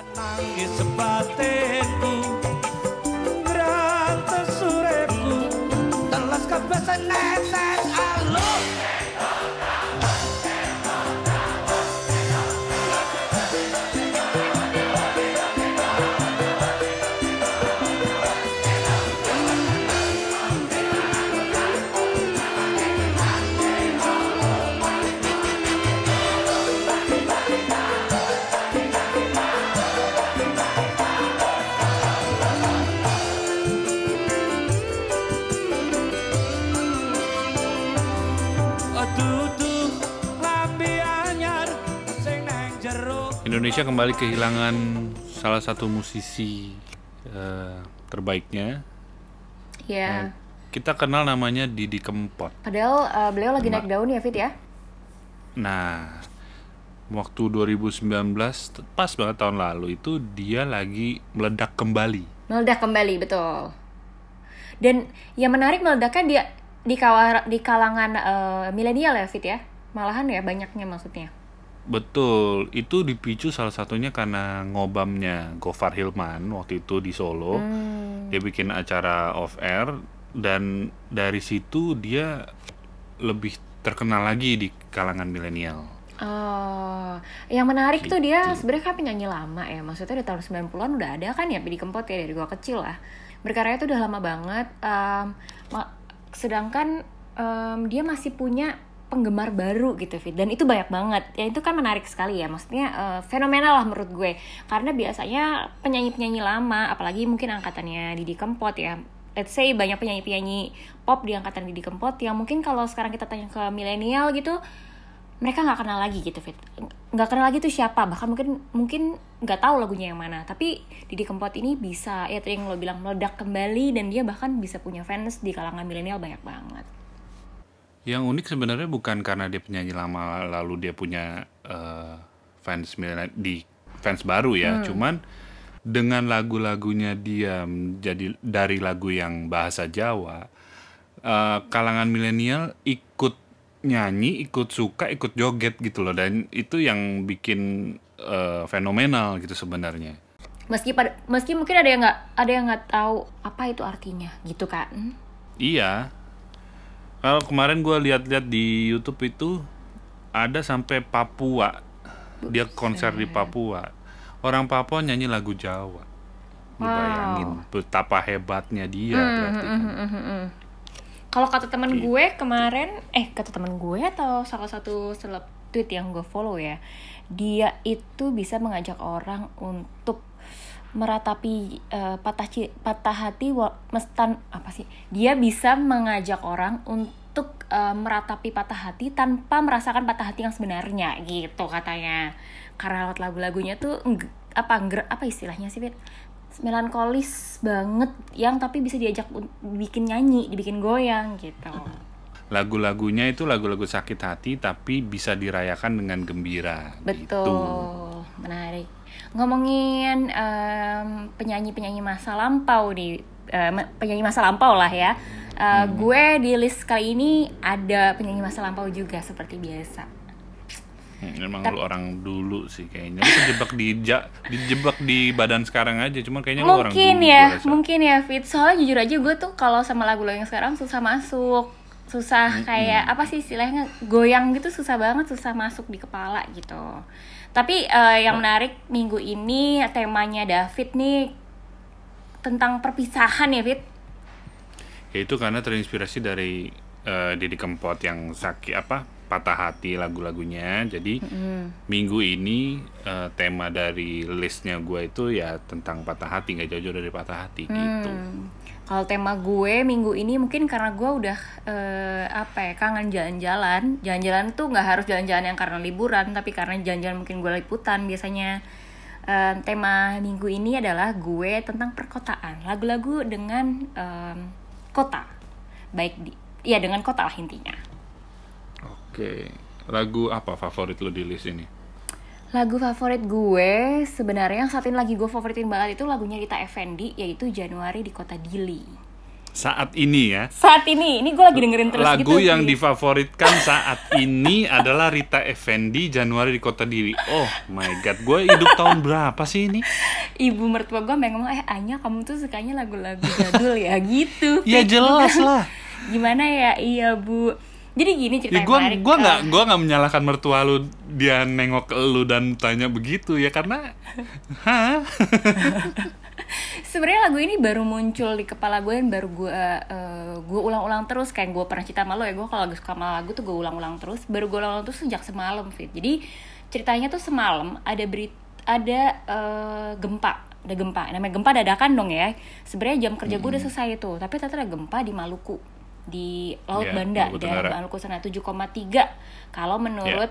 Nangis sebatinku ngrantes uripku teles kebeseneset alus. Indonesia kembali kehilangan salah satu musisi terbaiknya. Ya. Kita kenal namanya Didi Kempot. Padahal beliau lagi naik daun ya, Fit ya? Nah, waktu 2019, pas banget tahun lalu itu dia lagi meledak kembali. Meledak kembali, betul. Dan yang menarik meledaknya dia di kalangan milenial ya, Fit ya? Malahan ya banyaknya maksudnya. Betul, itu dipicu salah satunya karena ngobamnya Gofar Hilman waktu itu di Solo. Dia bikin acara off air dan dari situ dia lebih terkenal lagi di kalangan milenial. Oh, yang menarik tuh dia Gitu. sebenarnya kan penyanyi lama ya. Maksudnya di tahun 90-an udah ada kan ya Didi Kempot ya dari gua kecil lah. Berkarya itu udah lama banget. Sedangkan dia masih punya penggemar baru gitu, Fit. Dan itu banyak banget. Ya itu kan menarik sekali ya. Maksudnya fenomenal lah menurut gue. Karena biasanya penyanyi-penyanyi lama, apalagi mungkin angkatannya Didi Kempot ya. Let's say banyak penyanyi-penyanyi pop di angkatan Didi Kempot yang mungkin kalau sekarang kita tanya ke milenial gitu, mereka nggak kenal lagi gitu, Fit. Nggak kenal lagi tuh siapa, bahkan mungkin nggak tahu lagunya yang mana. Tapi Didi Kempot ini bisa, ya tadi yang lo bilang meledak kembali dan dia bahkan bisa punya fans di kalangan milenial banyak banget. Yang unik sebenarnya bukan karena dia penyanyi lama lalu dia punya fans fans baru ya, cuman dengan lagu-lagunya dia menjadi dari lagu yang bahasa Jawa, kalangan milenial ikut nyanyi, ikut suka, ikut joget gitu loh, dan itu yang bikin fenomenal gitu sebenarnya. Meski mungkin ada yang nggak tahu apa itu artinya gitu kan. Iya. Kalau kemarin gue lihat-lihat di YouTube itu ada sampai Papua, dia konser di Papua. Orang Papua nyanyi lagu Jawa. Lu bayangin betapa hebatnya dia berarti kan. Kalau kata teman gue kemarin, kata teman gue atau salah satu seleb tweet yang gue follow ya, dia itu bisa mengajak orang untuk meratapi patah hati dia bisa mengajak orang untuk meratapi patah hati tanpa merasakan patah hati yang sebenarnya gitu katanya, karena lewat lagu-lagunya tuh apa istilahnya sih, Fit? Melankolis banget yang tapi bisa diajak bikin nyanyi, dibikin goyang gitu. Lagu-lagunya itu lagu-lagu sakit hati tapi bisa dirayakan dengan gembira. Betul, gitu. Menarik. Ngomongin penyanyi-penyanyi masa lampau penyanyi masa lampau lah ya. Gue di list kali ini ada penyanyi masa lampau juga seperti biasa. Emang lu orang dulu sih kayaknya. Lu dijebak di badan sekarang aja, cuma kayaknya lu orang dulu. Mungkin ya, Fit. Soalnya jujur aja gue tuh kalau sama lagu-lagu yang sekarang susah masuk. Susah kayak apa sih istilahnya, goyang gitu susah banget, susah masuk di kepala gitu. Tapi yang menarik minggu ini temanya David nih tentang perpisahan ya, Fit. Ya itu karena terinspirasi dari Didi Kempot yang patah hati lagu-lagunya. Jadi minggu ini tema dari listnya gue itu ya tentang patah hati, nggak jauh-jauh dari patah hati gitu. Kalau tema gue minggu ini mungkin karena gue udah kangen jalan-jalan. Jalan-jalan tuh nggak harus jalan-jalan yang karena liburan, tapi karena jalan-jalan mungkin gue liputan biasanya. Tema minggu ini adalah gue tentang perkotaan, lagu-lagu dengan kota, dengan kota lah intinya. Oke, lagu apa favorit lo di list ini? Lagu favorit gue sebenarnya yang saat ini lagi gue favoritin banget itu lagunya Rita Effendy, yaitu Januari di Kota Dili. Saat ini ya. Saat ini gue lagi dengerin terus Lagu gitu. yang Fit. difavoritkan saat ini adalah Rita Effendy, Januari di Kota Diri. Oh my god, gue hidup tahun berapa sih ini? Ibu mertua gue ngomong, Anya kamu tuh sukanya lagu-lagu jadul ya gitu. Ya Fit. jelas lah. Gimana ya, iya Bu. Jadi gini Ya, ceritanya gue nggak menyalahkan mertua lu, dia nengok ke lu dan tanya begitu ya, karena sebenarnya lagu ini baru muncul di kepala gue dan baru gue ulang-ulang terus, kayak gue pernah cerita sama lo ya, gue kalau lagi suka sama lagu tuh gue ulang-ulang terus, baru gue ulang-ulang terus sejak semalam, Fit. Jadi ceritanya tuh semalam ada gempa, namanya gempa dadakan dong ya. Sebenarnya jam kerja gue udah selesai tuh, tapi ternyata ada gempa di Maluku, di Laut Banda, daerah Maluku sana 7,3 kalau menurut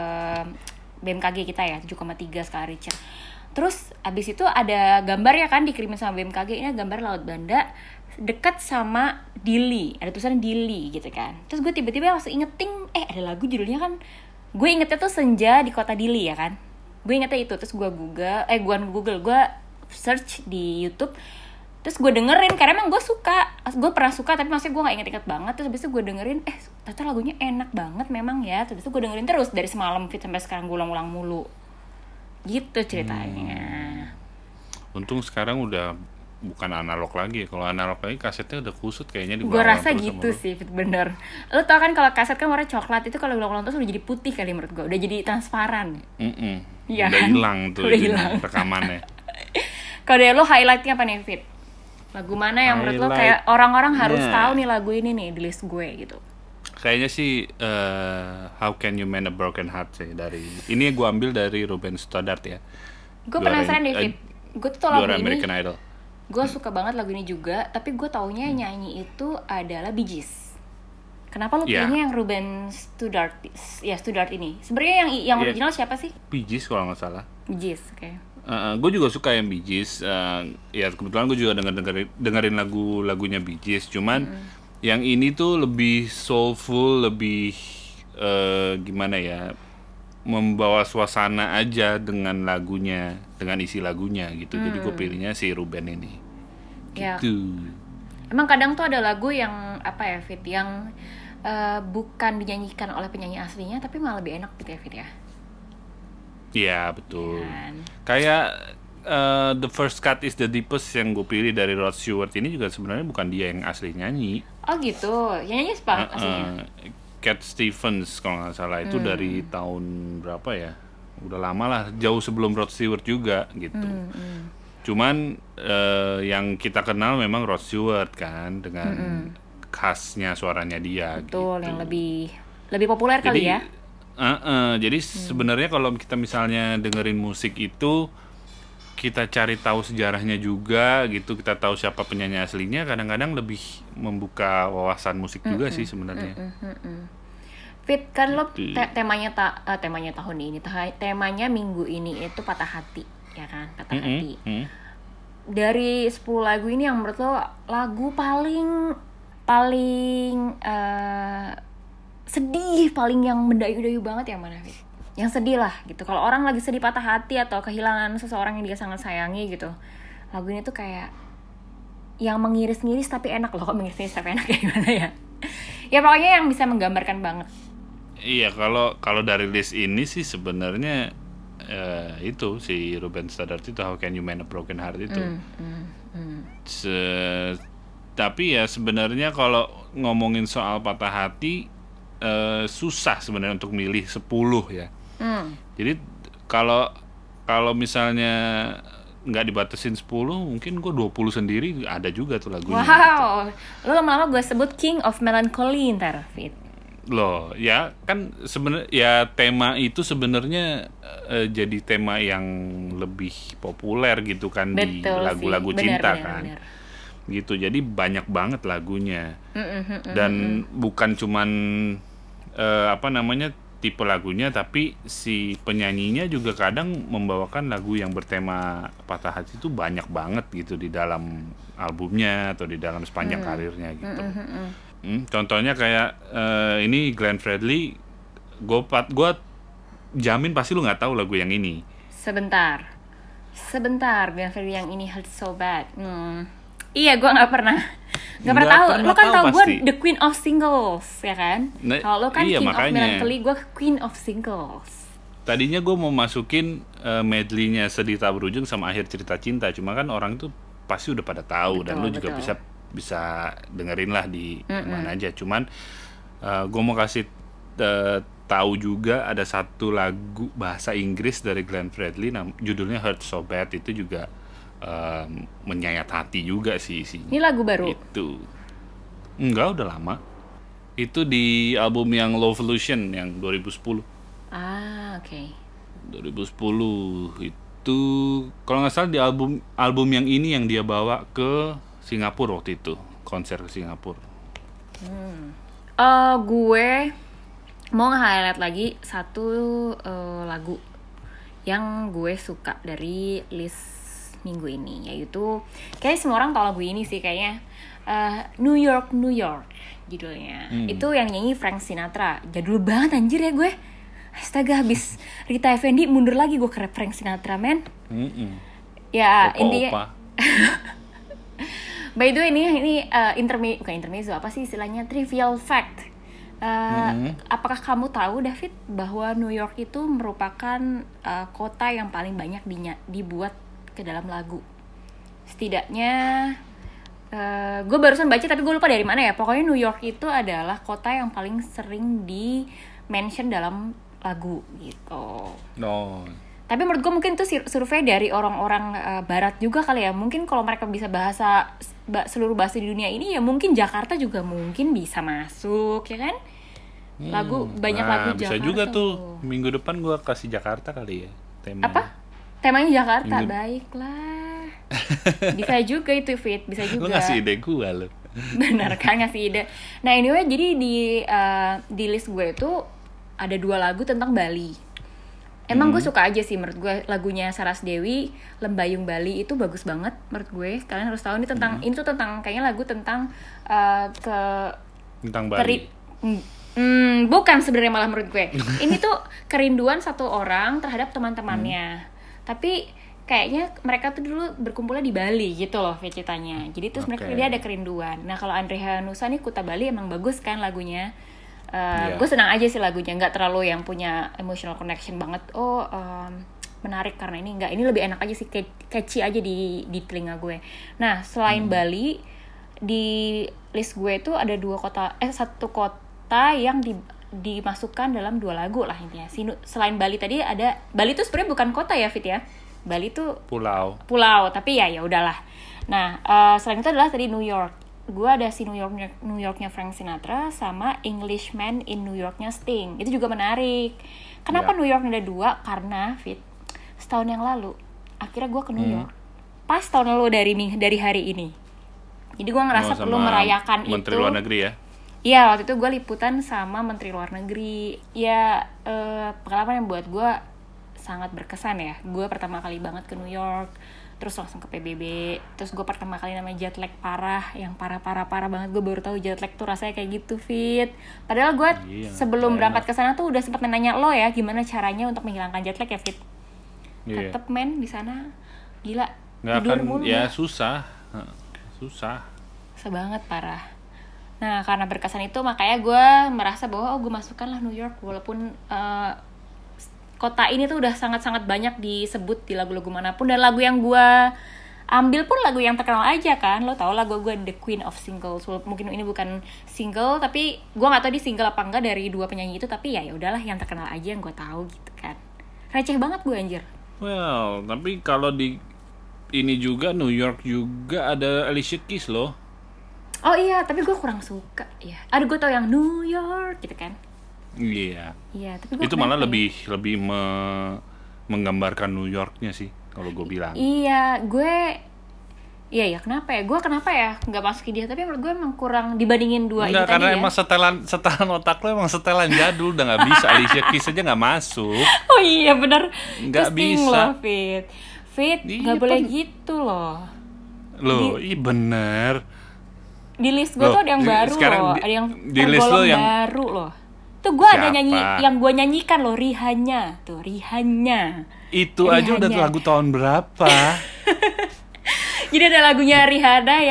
BMKG kita ya, 7,3 skala Richter. Terus abis itu ada gambar ya kan dikirimin sama BMKG, ini gambar Laut Banda dekat sama Dili, ada tulisan Dili gitu kan. Terus gue tiba-tiba langsung ingetin, ada lagu judulnya kan, gue ingetnya tuh Senja di Kota Dili ya kan, gue ingetnya itu. Terus gue gue search di YouTube, terus gue dengerin karena emang gue pernah suka, tapi maksudnya gue nggak inget-inget banget. Terus habis itu gue dengerin, ternyata lagunya enak banget memang ya. Terus itu gue dengerin terus dari semalam, Fit, sampai sekarang gue ulang-ulang mulu gitu ceritanya. Untung sekarang udah bukan analog lagi. Kalau analog lagi kasetnya udah kusut kayaknya. Gue rasa gitu sih, Fit, bener. Lo tau kan kalau kaset kan warna coklat, itu kalau ulang-ulang terus udah jadi putih kali menurut gue, udah jadi transparan. Iya udah kan? hilang tuh Udah hilang rekamannya. Kalau dari lo highlightnya apa nih, Fit? Lagu mana yang menurut lo kayak orang-orang harus tahu nih lagu ini nih di list gue gitu? Kayaknya sih How Can You Mend a Broken Heart sih, dari ini gue ambil dari Ruben Studdard ya. Gue penasaran deh, Fit. Gue tuh lagu ini American Idol. Gue suka banget lagu ini juga, tapi gue taunya nyanyi itu adalah Bee Gees. Kenapa lo pilihnya yang Ruben Studdard? Ya, Studdard ini. Sebenarnya yang original siapa sih? Bee Gees kalau nggak salah. Bee Gees, oke. Gue juga suka yang Bee Gees. Ya kebetulan gue juga dengerin lagunya Bee Gees. Cuman yang ini tuh lebih soulful, lebih gimana ya, membawa suasana aja dengan lagunya, dengan isi lagunya gitu. Jadi gue pilihnya si Ruben ini. Gitu. Emang kadang tuh ada lagu yang apa ya, Fit, yang bukan dinyanyikan oleh penyanyi aslinya, tapi malah lebih enak gitu ya, Fit ya. Iya betul. Kayak The First Cut is the Deepest yang gue pilih dari Rod Stewart ini juga sebenarnya bukan dia yang asli nyanyi. Oh gitu, yang nyanyi siapa aslinya? Cat Stevens kalau nggak salah, itu dari tahun berapa ya? Udah lama lah, jauh sebelum Rod Stewart juga gitu. Cuman yang kita kenal memang Rod Stewart kan, dengan khasnya suaranya dia. Betul, gitu. yang lebih populer kali ya. Jadi sebenarnya kalau kita misalnya dengerin musik itu, kita cari tahu sejarahnya juga gitu, kita tahu siapa penyanyi aslinya, kadang-kadang lebih membuka wawasan musik juga sih sebenarnya. Fit, kan lo temanya tahun ini, temanya minggu ini itu patah hati, ya kan? Patah hati. Dari 10 lagu ini yang menurut lo lagu paling sedih, paling yang mendayu-dayu banget yang mana, Fit? Yang sedih lah gitu. Kalau orang lagi sedih patah hati atau kehilangan seseorang yang dia sangat sayangi gitu, lagu ini tuh kayak yang mengiris-ngiris tapi enak loh. Kok mengiris-ngiris tapi enak kayak gimana ya? Ya pokoknya yang bisa menggambarkan banget. Iya, kalau dari list ini sih sebenarnya itu si Ruben Studdard itu How Can You Mend a Broken Heart itu. Tapi ya sebenarnya kalau ngomongin soal patah hati, susah sebenarnya untuk milih 10 ya. Jadi kalau misalnya nggak dibatasin 10, mungkin gue 20 sendiri ada juga tuh lagunya. Wow, gitu. Lo lama-lama gue sebut King of Melancholy ntar, Fit. Loh, ya kan sebenarnya ya tema itu sebenarnya jadi tema yang lebih populer gitu kan. Betul, di lagu-lagu cinta kan. Bener. Gitu, jadi banyak banget lagunya. Dan bukan cuman tipe lagunya, tapi si penyanyinya juga kadang membawakan lagu yang bertema patah hati itu banyak banget gitu di dalam albumnya atau di dalam sepanjang karirnya gitu. Contohnya kayak ini Glenn Fredly, gue jamin pasti lu nggak tahu lagu yang ini. Sebentar, Glenn Fredly yang ini Hurt So Bad. Iya, gue nggak Nggak pernah tahu. Lo kan tahu gue pasti. the queen of singles, ya kan? Nah, Kalau lo kan iya, king makanya. of melancholy, gue queen of singles. Tadinya gue mau masukin medley-nya Sedih Tak Berujung sama Akhir Cerita Cinta, cuma kan orang tuh pasti udah pada tahu dan lu juga bisa dengerin lah di mana aja. Cuman gue mau kasih tahu juga ada satu lagu bahasa Inggris dari Glenn Fredly, judulnya Hurt So Bad, itu juga menyayat hati juga sih isinya. Ini lagu baru? Itu enggak, udah lama. Itu di album yang Lovolution yang 2010. Oke. 2010 itu kalau nggak salah di album yang ini yang dia bawa ke Singapura waktu itu, konser ke Singapura. Gue mau nge-highlight lagi satu lagu yang gue suka dari list minggu ini, yaitu kayaknya semua orang tahu lagu ini sih kayaknya, New York New York judulnya. Itu yang nyanyi Frank Sinatra. Jadul banget anjir ya gue. Astaga, habis Rita Effendy mundur lagi gue ke Frank Sinatra, men. Ya intinya by the way ini bukan intermezzo, apa sih istilahnya, trivial fact. Apakah kamu tahu, David, bahwa New York itu merupakan kota yang paling banyak dibuat ke dalam lagu? Setidaknya gue barusan baca tapi gue lupa dari mana ya. Pokoknya New York itu adalah kota yang paling sering di mention dalam lagu gitu. No. Tapi menurut gue mungkin itu survei dari orang-orang barat juga kali ya. Mungkin kalau mereka bisa seluruh bahasa di dunia ini, ya mungkin Jakarta juga mungkin bisa masuk, ya kan? Banyak lagu bisa Jakarta. Bisa juga tuh. Minggu depan gue kasih Jakarta kali ya temanya. Apa? Temanya Jakarta. Baiklah. Bisa juga itu, Fit. Bisa juga. Lu ngasih ide gue lo. Benar kan, ngasih ide. Nah anyway, jadi di list gue itu ada 2 lagu tentang Bali. Emang gue suka aja sih, menurut gue lagunya Saras Dewi, Lembayung Bali itu bagus banget menurut gue. Kalian harus tahu ini tentang ini tuh tentang kayaknya lagu tentang tentang Bali. Bukan sebenarnya, malah menurut gue. Ini tuh kerinduan satu orang terhadap teman-temannya. Tapi kayaknya mereka tuh dulu berkumpulnya di Bali gitu loh ceritanya. Jadi tuh sebenarnya dia ada kerinduan. Nah, kalau Andre Hanusa nih Kuta Bali emang bagus kan lagunya. Gue senang aja sih lagunya, nggak terlalu yang punya emotional connection banget. Menarik karena ini lebih enak aja sih, catchy aja di telinga gue. Nah selain Bali, di list gue itu ada satu kota yang dimasukkan dalam 2 lagu lah intinya. Selain Bali tadi ada, Bali itu sebenarnya bukan kota ya, Fit ya. Bali itu pulau, tapi ya udahlah. Nah selain itu adalah tadi New York. Gue ada si New Yorknya Frank Sinatra sama Englishman in New Yorknya Sting. Itu juga menarik. Kenapa New York ada 2? Karena, Fit, setahun yang lalu akhirnya gue ke New York. Pas tahun lalu dari hari ini. Jadi gue ngerasa perlu merayakan itu. Menteri Luar Negeri ya? Iya, waktu itu gue liputan sama Menteri Luar Negeri. Ya pengalaman yang buat gue sangat berkesan ya. Gue pertama kali banget ke New York, terus langsung ke PBB. Terus gue pertama kali namanya jet lag parah, yang parah banget. Gue baru tahu jet lag tuh rasanya kayak gitu, Fit. Padahal gue sebelum berangkat ke sana tuh udah sempat nanya lo ya, gimana caranya untuk menghilangkan jet lag ya, Fit. Tetep men di sana gila. Nggak tidur akan, mulu ya susah banget, parah. Nah karena berkesan itu makanya gue merasa bahwa gue masukkanlah New York, walaupun kota ini tuh udah sangat-sangat banyak disebut di lagu-lagu manapun, dan lagu yang gue ambil pun lagu yang terkenal aja kan. Lo tau lagu gue The Queen of Singles, mungkin ini bukan single, tapi gue nggak tahu di single apa enggak dari 2 penyanyi itu, tapi ya udahlah yang terkenal aja yang gue tahu gitu kan. Receh banget gue anjir. Well, tapi kalau di ini juga New York juga ada Alicia Keys loh. Oh iya, tapi gue kurang suka ya. Ada gue tau yang New York gitu kan. Iya. Tapi itu malah lebih menggambarkan New Yorknya sih kalau gue bilang. Iya, kenapa ya nggak masukin dia, tapi menurut gue emang kurang dibandingin 2 ini tadi ya. Karena emang setelan otak lo emang setelan jadul, udah nggak bisa. Alicia Keys aja nggak masuk. Oh iya benar, nggak bisa loh, Fit nggak boleh gitu loh. Iya bener. Di list gue tuh ada yang baru loh, ada yang di list lo yang baru loh. Tuh gue ada nyanyi yang gue nyanyikan loh, Rihanna. Itu aja udah lagu tahun berapa? Jadi ada lagunya Rihanna yang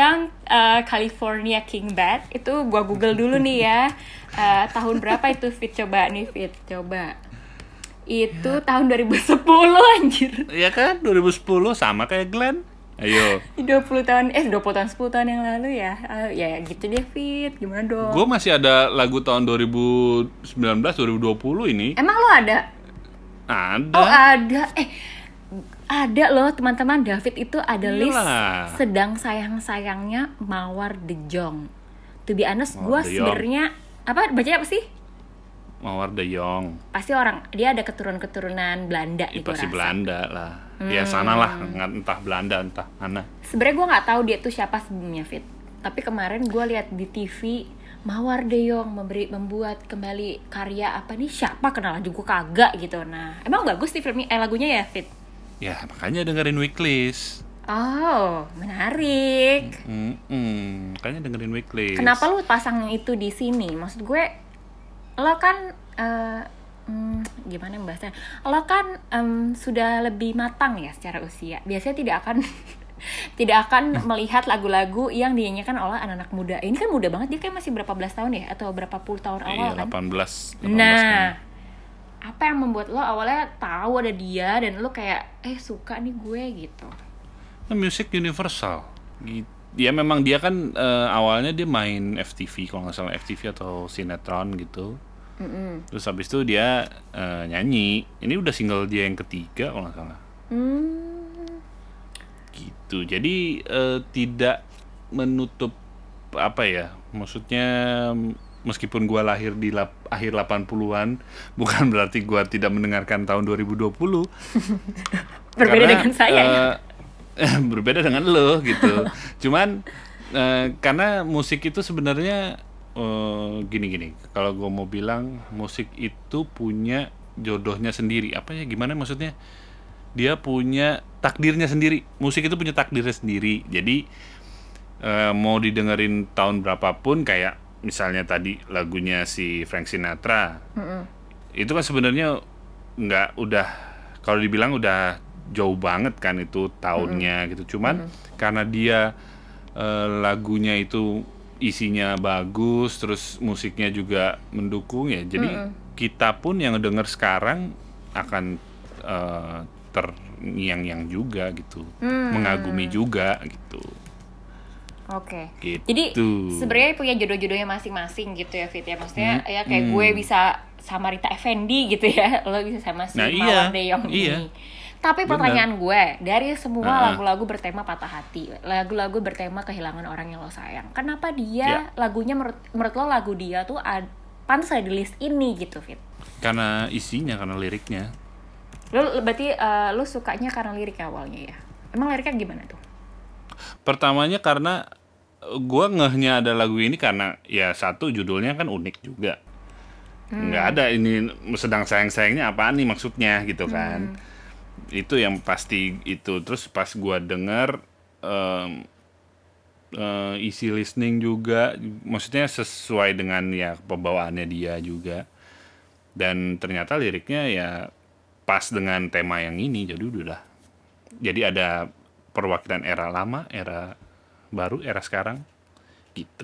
California King Bad itu gua Google dulu nih ya. Tahun berapa itu Fit? Coba nih Fit, coba. Itu tahun 2010 anjir. Iya kan? 2010 sama kayak Glenn. Ayo. 20 tahun 10 tahun yang lalu ya. Ya gitu deh Fit, gimana dong? Gue masih ada lagu tahun 2019 2020 ini. Emang lo ada? Ada. Oh ada. Ada loh teman-teman, David itu ada list Iyalah. sedang sayang-sayangnya Mawar De Jong. To be honest, gue Mawar De Jong. sebenarnya bacanya apa sih? Mawar De Jong. Pasti dia ada keturunan Belanda Ya, gitu pasti rasa. Belanda lah. Ya sana lah, entah Belanda entah mana. Sebenarnya gue nggak tahu dia tuh siapa sebelumnya Fit. Tapi kemarin gue lihat di TV Mawar De Jong membuat kembali karya apa nih, siapa kenal aja gue kagak gitu. Nah emang bagus nih filmnya lagunya ya Fit? Ya makanya dengerin Weeklist. Oh menarik. Makanya dengerin Weeklist. Kenapa lu pasang itu di sini? Maksud gue, lo kan gimana bahasanya? Lo kan sudah lebih matang ya secara usia. Biasanya tidak akan melihat lagu-lagu yang dinyanyikan oleh anak-anak muda. Ini kan muda banget, dia kayak masih berapa belas tahun ya, atau berapa puluh tahun awal Iya, kan? 18 Nah, kan. apa yang membuat lo awalnya tahu ada dia dan lo kayak suka nih gue gitu? Musik universal. Ya memang dia kan awalnya dia main FTV kalau nggak salah, FTV atau sinetron gitu. Terus habis itu dia nyanyi. Ini udah single dia yang ketiga kalau nggak salah. Gitu. Jadi tidak menutup apa ya? Maksudnya meskipun gua lahir di akhir 80-an, bukan berarti gua tidak mendengarkan tahun 2020. Berbeda dengan saya ya? Berbeda dengan lo gitu. Cuman karena musik itu sebenarnya gini. Kalau gue mau bilang musik itu punya jodohnya sendiri. Apa ya? Gimana maksudnya? Dia punya takdirnya sendiri. Musik itu punya takdirnya sendiri. Jadi mau didengerin tahun berapapun, kayak misalnya tadi lagunya si Frank Sinatra. Itu kan sebenarnya udah kalau dibilang udah jauh banget kan itu tahunnya gitu. Cuman karena dia lagunya itu isinya bagus, terus musiknya juga mendukung ya. Jadi kita pun yang denger sekarang akan terngiang-ngiang juga gitu, mengagumi juga gitu. Oke. Gitu. Jadi sebenarnya punya jodoh-jodohnya masing-masing gitu ya Fit ya. Maksudnya ya kayak gue bisa sama Rita Effendy gitu ya. Lo bisa sama si Mawar De Jong ini. Tapi pertanyaan gue, dari semua lagu-lagu bertema patah hati, lagu-lagu bertema kehilangan orang yang lo sayang, kenapa dia lagunya menurut lo lagu dia tuh pantas ada di list ini gitu Fit? Karena isinya, karena liriknya. Lo berarti lo sukanya karena lirik awalnya ya? Emang liriknya gimana tuh? Pertamanya karena gue ngehnya ada lagu ini karena ya satu judulnya kan unik juga. Nggak ada ini sedang sayang-sayangnya apaan nih maksudnya gitu kan. Itu yang pasti itu. Terus pas gue denger isi listening juga, maksudnya sesuai dengan ya pembawaannya dia juga. Dan ternyata liriknya ya pas dengan tema yang ini, jadi ada perwakilan era lama, era baru, era sekarang gitu.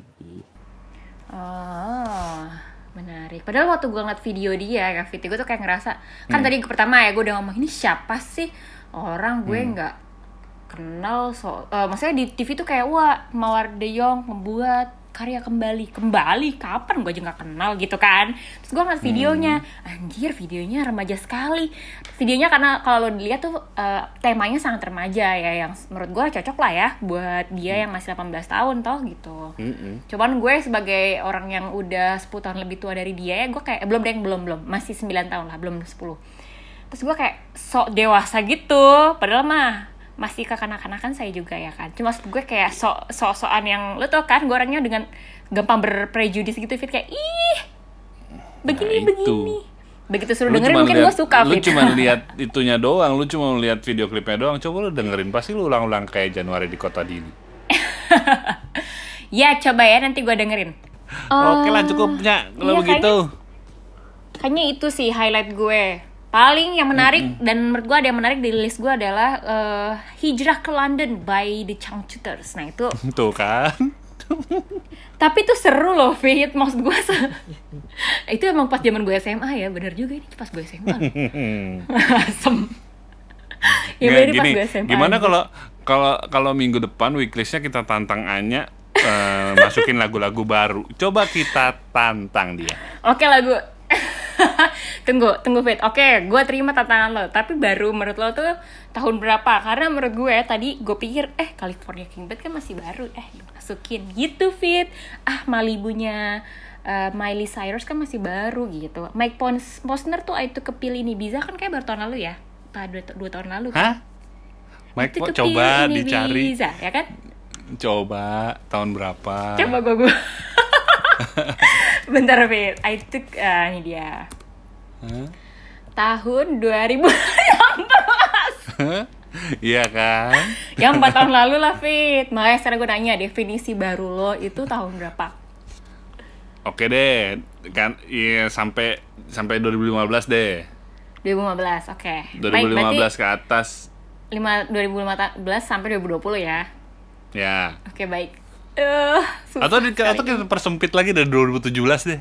Oh, menarik. Padahal waktu gue ngeliat video dia, Kak Fit, gue tuh kayak ngerasa, kan tadi pertama ya gue udah ngomong, ini siapa sih orang gue nggak kenal. Maksudnya di TV tuh kayak, wah Mawar De Jong membuat karya kembali kapan gue aja nggak kenal gitu kan. Terus gue ngeliat videonya, anjir videonya remaja sekali videonya, karena kalau lo dilihat tuh temanya sangat remaja ya, yang menurut gue cocok lah ya buat dia yang masih 18 tahun toh gitu. Cuman gue sebagai orang yang udah 10 tahun lebih tua dari dia ya, gue kayak belum masih 9 tahun lah, belum 10. Terus gue kayak sok dewasa gitu, padahal mah masih kekanak-kanakan saya juga ya kan. Cuma gue kayak sok-sokan yang lo tau kan, gue orangnya dengan gampang berprejudis gitu Fit, kayak begini. Begitu suruh dengerin mungkin gue suka Fit. Lu cuma lihat itunya doang, lu cuma lihat video klipnya doang. Coba lu dengerin, pasti lu ulang-ulang kayak Januari di Kota Dini. Ya coba ya nanti gue dengerin. Oke lah, cukupnya kalau iya, begitu. Kayaknya itu sih highlight gue Paling yang menarik dan menurut gue ada yang menarik di list gue adalah Hijrah ke London by The Changchuters. Nah itu Tuh kan. tapi itu seru loh Fit, maksud gue itu emang pas zaman gue SMA ya, bener juga ini pas gue SMA loh. Asem. Ya Nggak, bener pas gini, gue SMA gimana aja. kalau minggu depan weeklistnya kita tantang Anya masukin lagu-lagu baru. Coba kita tantang dia. Oke lagu tunggu Fit. Oke, gue terima tantangan lo. Tapi baru menurut lo tuh tahun berapa? Karena menurut gue tadi gue pikir California King Bed kan masih baru. Masukin gitu Fit. Malibunya Miley Cyrus kan masih baru gitu. Mike Posner tuh itu kepilih nih Biza kan kayak baru tahun lalu ya. 2 tahun lalu kan. Hah? Mike Itu coba kepilih ini dicari. Biza, ya kan? Coba tahun berapa? Coba gue bentar Fit. Ini dia. Hah? Tahun 2016. Iya kan? Yang 4 tahun lalu lah Fit. Makanya sekarang gue nanya definisi baru lo itu tahun berapa? Oke deh, kan iya sampai 2015 deh. 2015, oke. 2015 ke atas. 2015 sampai 2020 ya. Ya. Oke, baik. Atau kita persempit lagi dari 2017 deh.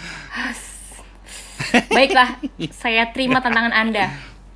Baiklah, saya terima tantangan Anda.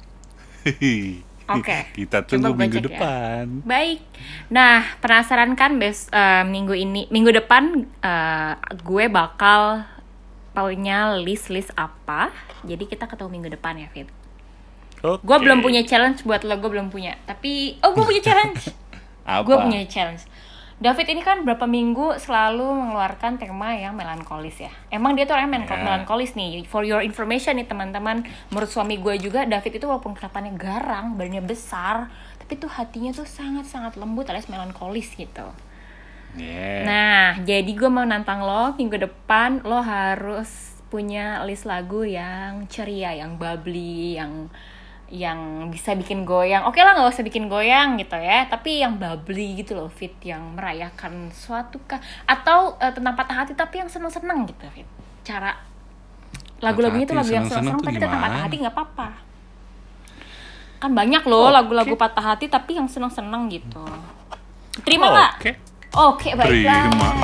Oke. Kita tunggu Coba gue minggu cek ya. depan. Baik. Nah, penasaran kan minggu depan gue bakal punya list apa. Jadi kita ketemu minggu depan ya, Fit. Oke. Gue belum punya challenge buat lo, gue belum punya. Tapi, gue punya challenge. Apa? Gue punya challenge. David ini kan berapa minggu selalu mengeluarkan tema yang melankolis ya. Emang dia tuh orang melankolis nih. For your information nih teman-teman, menurut suami gue juga David itu walaupun kelihatannya garang, badannya besar, tapi tuh hatinya tuh sangat-sangat lembut alias melankolis gitu. Yeah. Nah, jadi gue mau nantang lo minggu depan lo harus punya list lagu yang ceria, yang bubbly, yang bisa bikin goyang. Oke lah, nggak usah bikin goyang gitu ya, tapi yang bubbly gitu loh, Fit, yang merayakan suatu atau tentang patah hati tapi yang seneng-seneng gitu, Fit. Cara lagu-lagunya itu lagu yang seneng-seneng tapi tentang patah hati nggak apa-apa. Kan banyak loh lagu-lagu patah hati tapi yang seneng-seneng gitu. Terima nggak? Oke. Oke, baiklah. Terima.